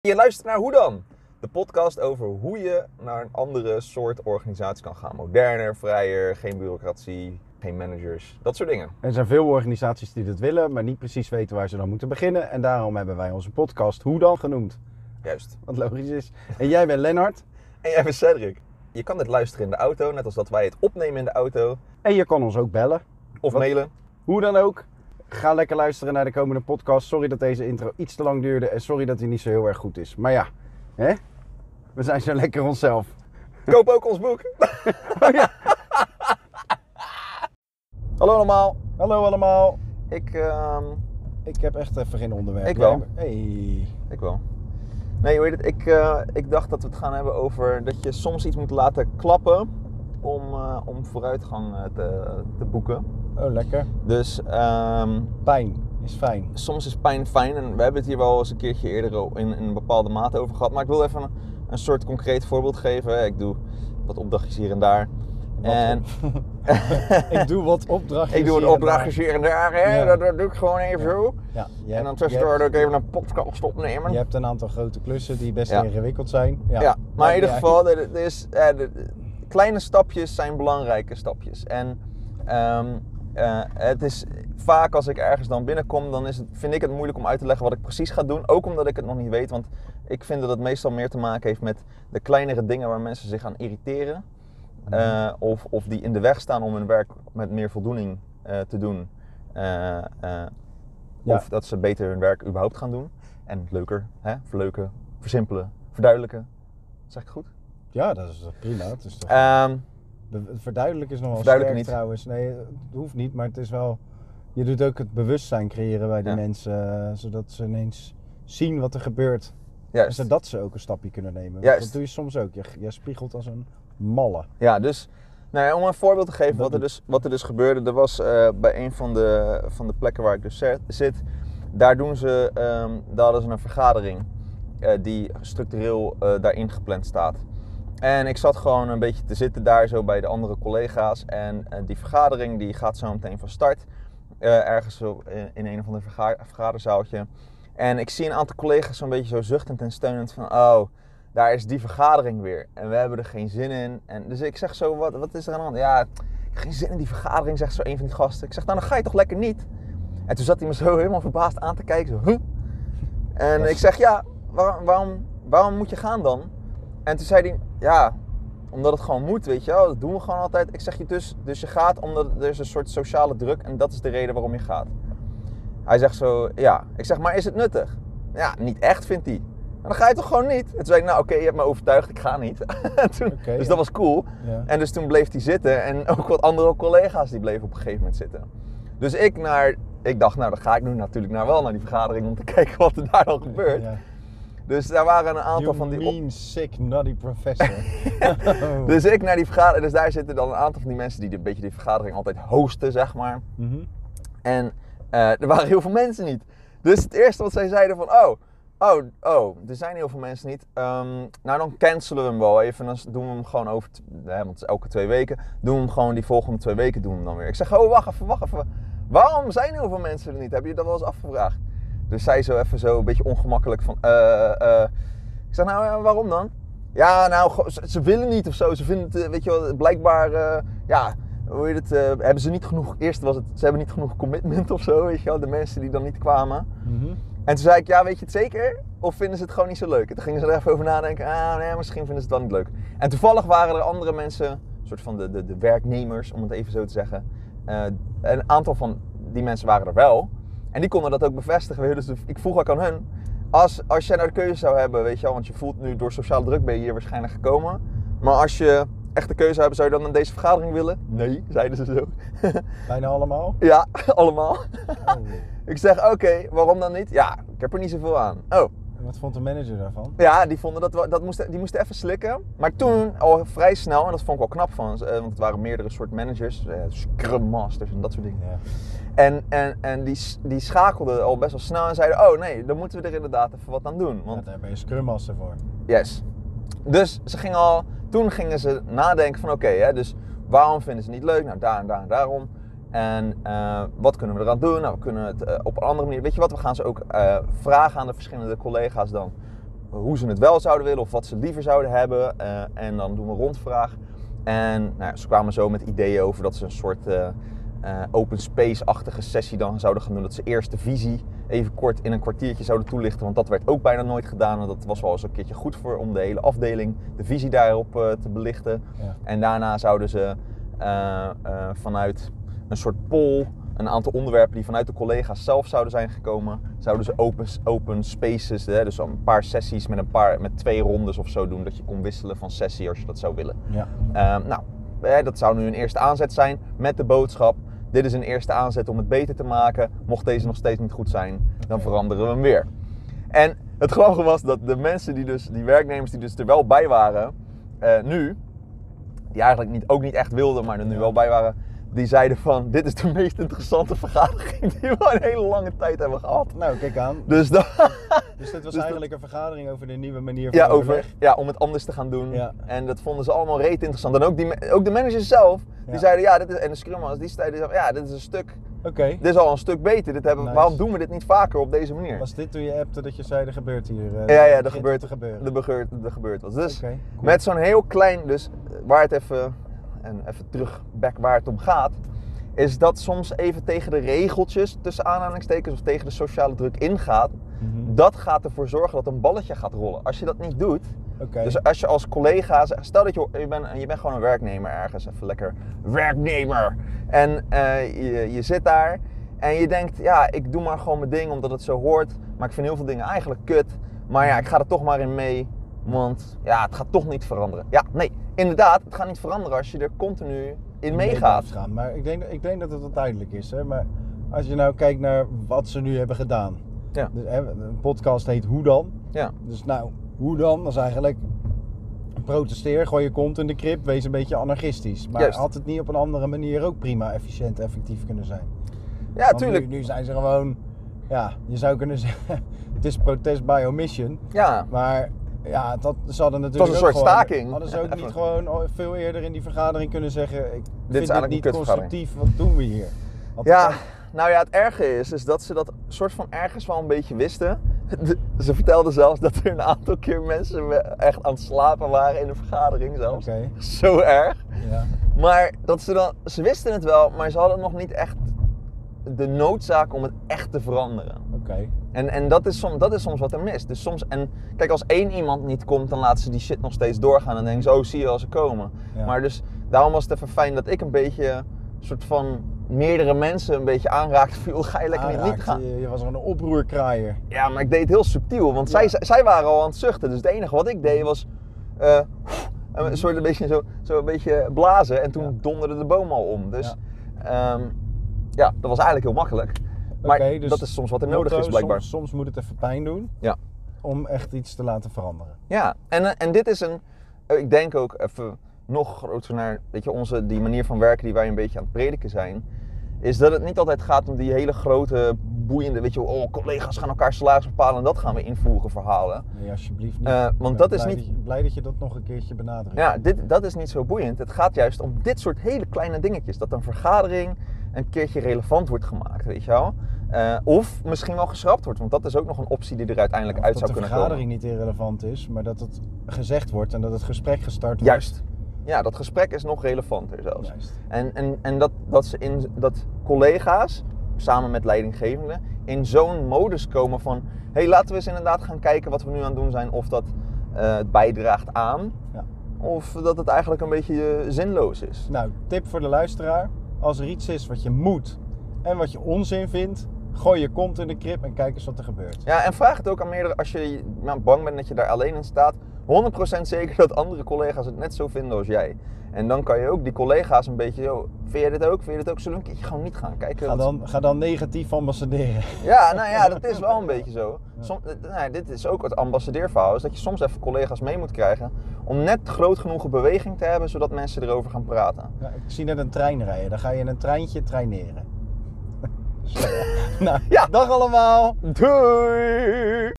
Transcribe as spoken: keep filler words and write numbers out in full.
Je luistert naar Hoe Dan? De podcast over hoe je naar een andere soort organisatie kan gaan. Moderner, vrijer, geen bureaucratie, geen managers, dat soort dingen. Er zijn veel organisaties die dat willen, maar niet precies weten waar ze dan moeten beginnen. En daarom hebben wij onze podcast Hoe Dan genoemd. Juist. Wat logisch is. En jij bent Lennart. En jij bent Cedric. Je kan dit luisteren in de auto, net als dat wij het opnemen in de auto. En je kan ons ook bellen. Of Wat? mailen. Hoe dan ook. Ga lekker luisteren naar de komende podcast. Sorry dat deze intro iets te lang duurde en sorry dat hij niet zo heel erg goed is. Maar ja, hè? We zijn zo lekker onszelf. Koop ook ons boek. Oh ja. Hallo allemaal. Hallo allemaal. Ik, uh, Ik heb echt even geen onderwerp. Ik wel. Hey. ik wel. Nee, hoe heet het? Ik, uh, ik dacht dat we het gaan hebben over dat je soms iets moet laten klappen om, uh, om vooruitgang uh, te, te boeken. Oh, lekker. Dus um, Pijn is fijn. soms is pijn fijn en we hebben het hier wel eens een keertje eerder in, in een bepaalde mate over gehad. Maar ik wil even een, een soort concreet voorbeeld geven. Ik doe wat opdrachtjes hier en daar. Wat en ik doe wat opdrachtjes. ik doe wat hier en opdrachtjes hier en daar. Hè? Ja. Dat, dat doe ik gewoon even Ja. zo. Ja, je En hebt- dan je tussendoor hebt- doe ik even een podcast opnemen. Je hebt een aantal grote klussen die best Ja. ingewikkeld zijn. Ja, Ja, maar in ieder Ja. geval, er, er is, eh, de, de- kleine stapjes zijn belangrijke stapjes. En um, uh, het is vaak als ik ergens dan binnenkom, dan is het, vind ik het moeilijk om uit te leggen wat ik precies ga doen. Ook omdat ik het nog niet weet, want ik vind dat het meestal meer te maken heeft met de kleinere dingen waar mensen zich aan irriteren. Uh, of, of die in de weg staan om hun werk met meer voldoening uh, te doen. Uh, uh, Ja. Of dat ze beter hun werk überhaupt gaan doen. En leuker, hè? Verleuken, versimpelen, verduidelijken. Zeg ik het goed? Ja, dat is prima. Het is toch... Um, Be- Verduidelijken is nog wel verduidelijken sterk niet. trouwens. Nee, het hoeft niet, maar het is wel... Je doet ook het bewustzijn creëren bij die Ja. mensen, uh, zodat ze ineens zien wat er gebeurt. juist. En zodat ze ook een stapje kunnen nemen. Want Juist. dat doe je soms ook. Je, je spiegelt als een malle. Ja, dus nou ja, om een voorbeeld te geven Dat wat er, doet- dus, wat er dus gebeurde. Er was uh, bij een van de, van de plekken waar ik dus zet- zit, daar, doen ze, um, daar hadden ze een vergadering uh, die structureel uh, daarin gepland staat. En ik zat gewoon een beetje te zitten daar zo bij de andere collega's. En uh, die vergadering die gaat zo meteen van start. Uh, ergens op, in, in een of ander verga- vergaderzaaltje. En ik zie een aantal collega's zo'n beetje zo zuchtend en steunend van... Oh, daar is die vergadering weer. En we hebben er geen zin in. En dus ik zeg zo, wat, wat is er aan de hand? Ja, ik heb geen zin in die vergadering, zegt zo een van die gasten. Ik zeg, nou dan ga je toch lekker niet? En toen zat hij me zo helemaal verbaasd aan te kijken. Zo, huh? En Dat is- ik zeg, ja, waar, waarom, waarom moet je gaan dan? En toen zei hij, ja, omdat het gewoon moet, weet je wel. Dat doen we gewoon altijd. Ik zeg je dus, dus je gaat omdat er is een soort sociale druk en dat is de reden waarom je gaat. Hij zegt zo, ja. Ik zeg, maar is het nuttig? Ja, niet echt, vindt hij. Maar dan ga je toch gewoon niet? En toen zei ik, nou oké, okay, je hebt me overtuigd, ik ga niet. toen, Oké, dus ja. dat was cool. Ja. En dus toen bleef hij zitten en ook wat andere collega's die bleven op een gegeven moment zitten. Dus ik naar, ik dacht, nou dan ga ik nu natuurlijk naar wel naar die vergadering om te kijken wat er daar dan gebeurt. Ja. Dus daar waren een aantal You van die... op- mean sick nutty professor. Oh. Dus ik naar die vergadering, dus daar zitten dan een aantal van die mensen die een beetje die vergadering altijd hosten, zeg maar. Mhm. En uh, er waren heel veel mensen niet. Dus het eerste wat zij zeiden van, oh, oh, oh, er zijn heel veel mensen niet. Um, nou, dan cancelen we hem wel even. Dan doen we hem gewoon over, t- hè, want het is elke twee weken, doen we hem gewoon die volgende twee weken doen we hem dan weer. Ik zeg, oh, wacht even, wacht even. Waarom zijn heel veel mensen er niet? Heb je dat wel eens afgevraagd? Dus zij zo even zo een beetje ongemakkelijk van, eh, uh, ik zeg, nou, uh, waarom dan? Ja, nou, go- ze, ze willen niet of zo. Ze vinden het, uh, weet je wel, blijkbaar, uh, ja... Hoe heet het, uh, hebben ze niet genoeg, eerst was het, ze hebben niet genoeg commitment of zo, weet je wel, de mensen die dan niet kwamen. Mhm. En toen zei ik, ja, weet je het zeker? Of vinden ze het gewoon niet zo leuk? En toen gingen ze er even over nadenken, ah nee, misschien vinden ze het wel niet leuk. En toevallig waren er andere mensen, een soort van de, de, de werknemers, om het even zo te zeggen. Uh, een aantal van die mensen waren er wel. En die konden dat ook bevestigen. Dus ik vroeg ook aan hun, als, als jij nou de keuze zou hebben, weet je wel, want je voelt nu door sociale druk ben je hier waarschijnlijk gekomen. Maar als je echt de keuze hebben, zou je dan in deze vergadering willen? Nee, zeiden ze zo. Bijna allemaal? Ja, allemaal. Oh. Ik zeg, oké, okay, waarom dan niet? Ja, ik heb er niet zoveel aan. Oh, En wat vond de manager daarvan? ja, die vonden dat, we, dat moesten, die moesten even slikken. Maar toen, al vrij snel, en dat vond ik wel knap van ze, want het waren meerdere soort managers, eh, Scrum Masters en dat soort dingen. Ja. En, en, en die, die schakelden al best wel snel en zeiden, oh nee, dan moeten we er inderdaad even wat aan doen. Want, Ja, daar ben je Scrum Master voor. yes. Dus ze gingen al, toen gingen ze nadenken van oké, okay, dus waarom vinden ze het niet leuk? Nou, daar en daar en daarom. En uh, wat kunnen we eraan doen? Nou, we kunnen het uh, op een andere manier. Weet je wat, we gaan ze ook uh, vragen aan de verschillende collega's dan. hoe ze het wel zouden willen of wat ze liever zouden hebben. Uh, en dan doen we een rondvraag. En nou ja, ze kwamen zo met ideeën over dat ze een soort uh, uh, open space-achtige sessie dan zouden gaan doen. Dat ze eerst de visie even kort in een kwartiertje zouden toelichten. Want dat werd ook bijna nooit gedaan. En dat was wel eens een keertje goed voor om de hele afdeling de visie daarop uh, te belichten. Ja. En daarna zouden ze uh, uh, vanuit een soort poll, een aantal onderwerpen die vanuit de collega's zelf zouden zijn gekomen, zouden ze open, open spaces, hè, dus een paar sessies met, een paar, met twee rondes of zo doen. Dat je kon wisselen van sessie als je dat zou willen. Ja. Uh, nou, hè, dat zou nu een eerste aanzet zijn met de boodschap. Dit is een eerste aanzet om het beter te maken. Mocht deze nog steeds niet goed zijn, dan okay. veranderen we hem weer. En het grappige was dat de mensen, die, dus, die werknemers die dus er wel bij waren, uh, nu, die eigenlijk niet, ook niet echt wilden, maar er nu ja. wel bij waren, die zeiden van, dit is de meest interessante vergadering die we een hele lange tijd hebben gehad. Nou, kijk aan. Dus, dan, dus dit was dus eigenlijk dat, een vergadering over de nieuwe manier van ja, over, ja, om het anders te gaan doen. Ja. En dat vonden ze allemaal reet interessant. En ook, die, ook de managers zelf, die ja. zeiden, ja, dit is, en de Scrum Masters, die zeiden, ja, dit is een stuk, okay. dit is al een stuk beter. Dit hebben, nice. Waarom doen we dit niet vaker op deze manier? Was dit toen je appte dat je zei, er gebeurt hier? Uh, ja, ja, er gebeurt, er gebeurt, er gebeurt wat. Dus okay, cool. Met zo'n heel klein, dus waar het even, en even terug back waar het om gaat, is dat soms even tegen de regeltjes, tussen aanhalingstekens, of tegen de sociale druk ingaat. Mm-hmm. Dat gaat ervoor zorgen dat een balletje gaat rollen. Als je dat niet doet, okay. Dus als je als collega, stel dat je, je bent je bent gewoon een werknemer ergens, even lekker werknemer. En uh, je, je zit daar en je denkt, ja, ik doe maar gewoon mijn ding omdat het zo hoort. Maar ik vind heel veel dingen eigenlijk kut. Maar ja, ik ga er toch maar in mee, want ja, het gaat toch niet veranderen. Ja, nee, inderdaad, het gaat niet veranderen als je er continu in meegaat. Gaan. Maar ik denk, ik denk dat het wel duidelijk is. Hè? Maar als je nou kijkt naar wat ze nu hebben gedaan. Ja. Dus, hè, een podcast heet Hoe Dan? Ja. Dus nou, hoe dan? Dat is eigenlijk protesteer, gooi je kont in de krip, wees een beetje anarchistisch. Maar Juist. Had het niet op een andere manier ook prima efficiënt, effectief kunnen zijn? Ja, Want tuurlijk. Nu, nu zijn ze gewoon, ja, je zou kunnen zeggen, het is protest by omission. Ja. Maar ja, dat, ze hadden natuurlijk het was een soort gewoon, staking. Hadden ze ook niet gewoon veel eerder in die vergadering kunnen zeggen, ik dit vind het niet constructief, wat doen we hier? Had ja, het nou ja, het erge is, is dat ze dat soort van ergens wel een beetje wisten. De, ze vertelden zelfs dat er een aantal keer mensen echt aan het slapen waren in de vergadering zelfs. Okay. Zo erg. Ja. Maar dat ze dan, ze wisten het wel, maar ze hadden nog niet echt de noodzaak om het echt te veranderen. Okay. En, en dat, is soms, dat is soms wat er mist. Dus soms, en kijk, als één iemand niet komt, dan laten ze die shit nog steeds doorgaan en denken ze, oh, zie je als ze komen. Ja. Maar dus, daarom was het even fijn dat ik een beetje, een soort van, meerdere mensen een beetje aanraakte. Viel, ga je lekker Aanraakt, niet gaan. Je, je was er een oproerkraaier. Ja, maar ik deed het heel subtiel, want ja. zij, zij waren al aan het zuchten. Dus het enige wat ik deed was, uh, een soort een beetje zo, zo een beetje blazen en toen ja. donderde de boom al om. Dus, ja, um, ja dat was eigenlijk heel makkelijk. Maar okay, dus dat is soms wat er nodig is, blijkbaar. Soms, soms moet het even pijn doen, ja, om echt iets te laten veranderen. Ja, en, en dit is een, ik denk ook even nog groter naar, weet je, onze, die manier van werken die wij een beetje aan het prediken zijn, is dat het niet altijd gaat om die hele grote, boeiende, weet je, oh, collega's gaan elkaar salaris bepalen en dat gaan we invoeren verhalen. Nee, alsjeblieft niet. Uh, want dat is blij niet... Dat je, blij dat je dat nog een keertje benadrukt. Ja, dit, dat is niet zo boeiend. Het gaat juist om dit soort hele kleine dingetjes. Dat een vergadering een keertje relevant wordt gemaakt, weet je wel. Uh, of misschien wel geschrapt wordt, want dat is ook nog een optie die er uiteindelijk of uit zou kunnen komen. Dat de vergadering niet irrelevant is, maar dat het gezegd wordt en dat het gesprek gestart wordt. Juist. Ja, dat gesprek is nog relevanter zelfs. Juist. En, en, en dat, dat, ze in, dat collega's, samen met leidinggevenden, in zo'n modus komen van, hé, hey, laten we eens inderdaad gaan kijken wat we nu aan het doen zijn, of dat uh, bijdraagt aan, ja, of dat het eigenlijk een beetje uh, zinloos is. Nou, tip voor de luisteraar, als er iets is wat je moet en wat je onzin vindt, gooi je kont in de krib en kijk eens wat er gebeurt. Ja, en vraag het ook aan meerdere, als je nou, bang bent dat je daar alleen in staat, honderd procent zeker dat andere collega's het net zo vinden als jij. En dan kan je ook die collega's een beetje, joh, vind je dit ook? Vind je dit ook? Zullen we een keertje gewoon niet gaan kijken? Ga dan, ga dan negatief ambassaderen. Ja, nou ja, dat is wel een beetje zo. Som, nou, dit is ook het ambassadeerverhaal, is dat je soms even collega's mee moet krijgen om net groot genoeg beweging te hebben, zodat mensen erover gaan praten. Ja, ik zie net een trein rijden, dan ga je in een treintje traineren. Nou, ja. Dag allemaal! Doei!